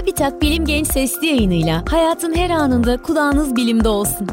TÜBİTAK Bilim Genç Sesli yayınıyla hayatın her anında kulağınız bilimde olsun.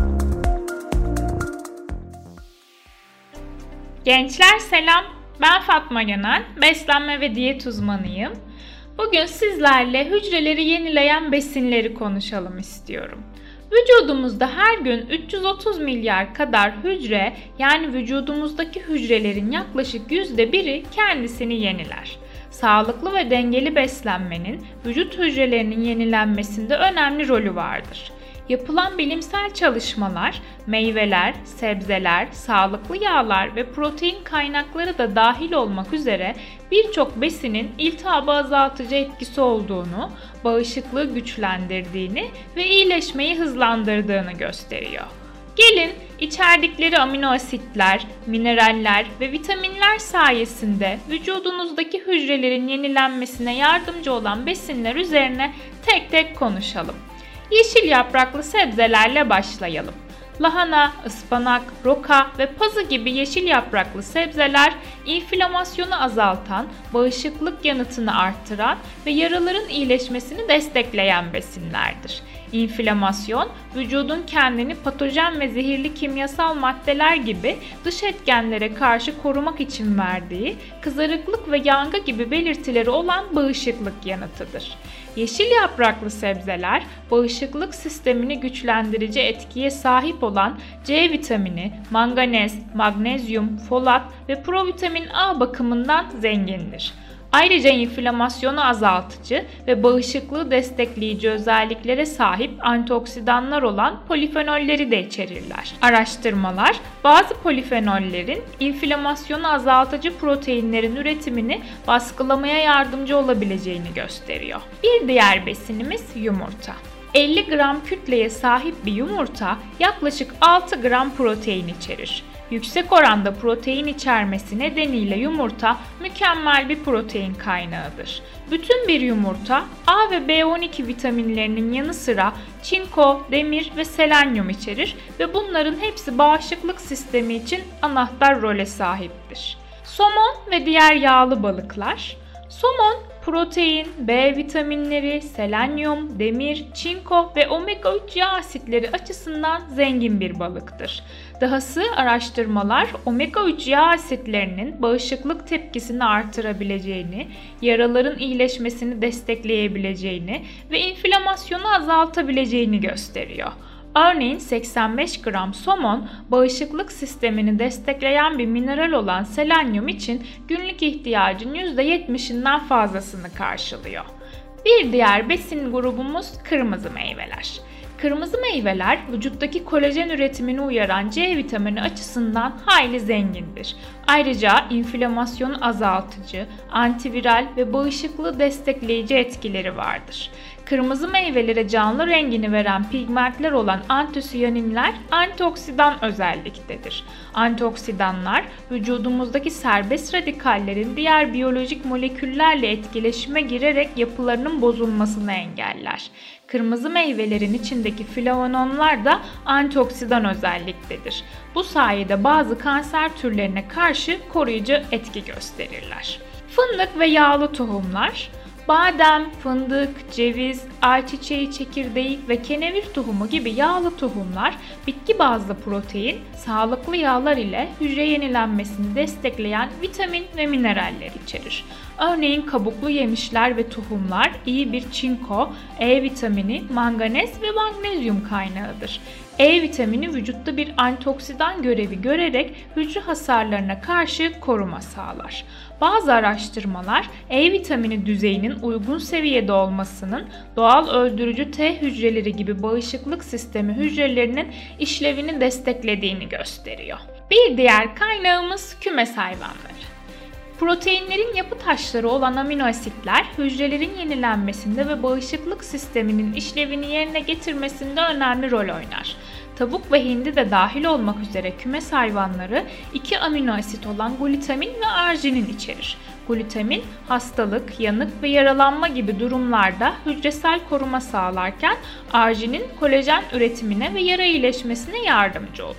Gençler selam, ben Fatma Genel, beslenme ve diyet uzmanıyım. Bugün sizlerle hücreleri yenileyen besinleri konuşalım istiyorum. Vücudumuzda her gün 330 milyar kadar hücre, yani vücudumuzdaki hücrelerin yaklaşık %1'i kendisini yeniler. Sağlıklı ve dengeli beslenmenin vücut hücrelerinin yenilenmesinde önemli rolü vardır. Yapılan bilimsel çalışmalar, meyveler, sebzeler, sağlıklı yağlar ve protein kaynakları da dahil olmak üzere birçok besinin iltihabı azaltıcı etkisi olduğunu, bağışıklığı güçlendirdiğini ve iyileşmeyi hızlandırdığını gösteriyor. Gelin içerdikleri amino asitler, mineraller ve vitaminler sayesinde vücudunuzdaki hücrelerin yenilenmesine yardımcı olan besinler üzerine tek tek konuşalım. Yeşil yapraklı sebzelerle başlayalım. Lahana, ıspanak, roka ve pazı gibi yeşil yapraklı sebzeler inflamasyonu azaltan, bağışıklık yanıtını arttıran ve yaraların iyileşmesini destekleyen besinlerdir. İnflamasyon, vücudun kendini patojen ve zehirli kimyasal maddeler gibi dış etkenlere karşı korumak için verdiği kızarıklık ve yangı gibi belirtileri olan bağışıklık yanıtıdır. Yeşil yapraklı sebzeler, bağışıklık sistemini güçlendirici etkiye sahip olan C vitamini, manganez, magnezyum, folat ve provitamin A bakımından zengindir. Ayrıca inflamasyonu azaltıcı ve bağışıklığı destekleyici özelliklere sahip antioksidanlar olan polifenolleri de içerirler. Araştırmalar, bazı polifenollerin inflamasyonu azaltıcı proteinlerin üretimini baskılamaya yardımcı olabileceğini gösteriyor. Bir diğer besinimiz yumurta. 50 gram kütleye sahip bir yumurta yaklaşık 6 gram protein içerir. Yüksek oranda protein içermesi nedeniyle yumurta mükemmel bir protein kaynağıdır. Bütün bir yumurta A ve B12 vitaminlerinin yanı sıra çinko, demir ve selenyum içerir ve bunların hepsi bağışıklık sistemi için anahtar role sahiptir. Somon ve diğer yağlı balıklar. Somon, protein, B vitaminleri, selenyum, demir, çinko ve omega 3 yağ asitleri açısından zengin bir balıktır. Dahası araştırmalar omega 3 yağ asitlerinin bağışıklık tepkisini artırabileceğini, yaraların iyileşmesini destekleyebileceğini ve inflamasyonu azaltabileceğini gösteriyor. Örneğin 85 gram somon, bağışıklık sistemini destekleyen bir mineral olan selenyum için günlük ihtiyacın %70'inden fazlasını karşılıyor. Bir diğer besin grubumuz kırmızı meyveler. Kırmızı meyveler vücuttaki kolajen üretimini uyaran C vitamini açısından hayli zengindir. Ayrıca inflamasyonu azaltıcı, antiviral ve bağışıklığı destekleyici etkileri vardır. Kırmızı meyvelere canlı rengini veren pigmentler olan antosiyaninler antioksidan özelliktedir. Antioksidanlar vücudumuzdaki serbest radikallerin diğer biyolojik moleküllerle etkileşime girerek yapılarının bozulmasını engeller. Kırmızı meyvelerin içindeki flavononlar da antioksidan özelliktedir. Bu sayede bazı kanser türlerine karşı koruyucu etki gösterirler. Fındık ve yağlı tohumlar. Badem, fındık, ceviz, ayçiçeği çekirdeği ve kenevir tohumu gibi yağlı tohumlar bitki bazlı protein, sağlıklı yağlar ile hücre yenilenmesini destekleyen vitamin ve mineraller içerir. Örneğin kabuklu yemişler ve tohumlar iyi bir çinko, E vitamini, manganez ve magnezyum kaynağıdır. E vitamini vücutta bir antioksidan görevi görerek hücre hasarlarına karşı koruma sağlar. Bazı araştırmalar E vitamini düzeyinin uygun seviyede olmasının doğal öldürücü T hücreleri gibi bağışıklık sistemi hücrelerinin işlevini desteklediğini gösteriyor. Bir diğer kaynağımız kümes hayvanları. Proteinlerin yapı taşları olan amino asitler hücrelerin yenilenmesinde ve bağışıklık sisteminin işlevini yerine getirmesinde önemli rol oynar. Tavuk ve hindi de dahil olmak üzere kümes hayvanları 2 amino asit olan glutamin ve arginin içerir. Glutamin, hastalık, yanık ve yaralanma gibi durumlarda hücresel koruma sağlarken arginin kolajen üretimine ve yara iyileşmesine yardımcı olur.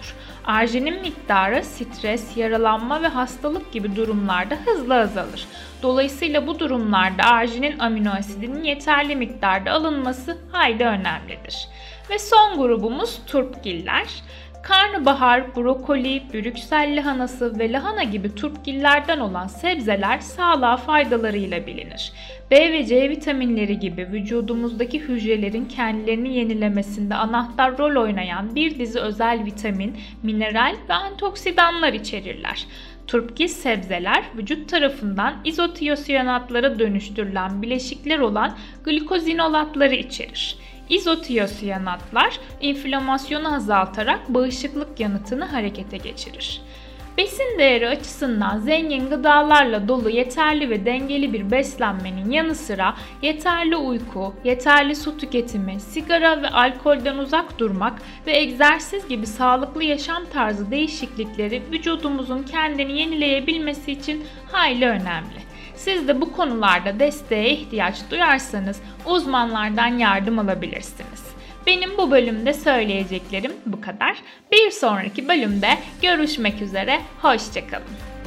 Arginin miktarı stres, yaralanma ve hastalık gibi durumlarda hızlı azalır. Dolayısıyla bu durumlarda arginin amino asidinin yeterli miktarda alınması hayli önemlidir. Ve son grubumuz turpgiller. Karnabahar, brokoli, brüksel lahanası ve lahana gibi turpgillerden olan sebzeler sağlığa faydalarıyla bilinir. B ve C vitaminleri gibi vücudumuzdaki hücrelerin kendilerini yenilemesinde anahtar rol oynayan bir dizi özel vitamin, mineral ve antioksidanlar içerirler. Turpgil sebzeler vücut tarafından izotiyosiyanatlara dönüştürülen bileşikler olan glikozinolatları içerir. İzotiyosiyanatlar inflamasyonu azaltarak bağışıklık yanıtını harekete geçirir. Besin değeri açısından zengin gıdalarla dolu yeterli ve dengeli bir beslenmenin yanı sıra yeterli uyku, yeterli su tüketimi, sigara ve alkolden uzak durmak ve egzersiz gibi sağlıklı yaşam tarzı değişiklikleri vücudumuzun kendini yenileyebilmesi için hayli önemli. Siz de bu konularda desteğe ihtiyaç duyarsanız uzmanlardan yardım alabilirsiniz. Benim bu bölümde söyleyeceklerim bu kadar. Bir sonraki bölümde görüşmek üzere. Hoşça kalın.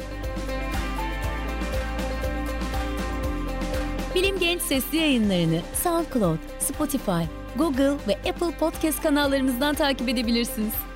Bilim Genç sesli yayınlarını SoundCloud, Spotify, Google ve Apple Podcast kanallarımızdan takip edebilirsiniz.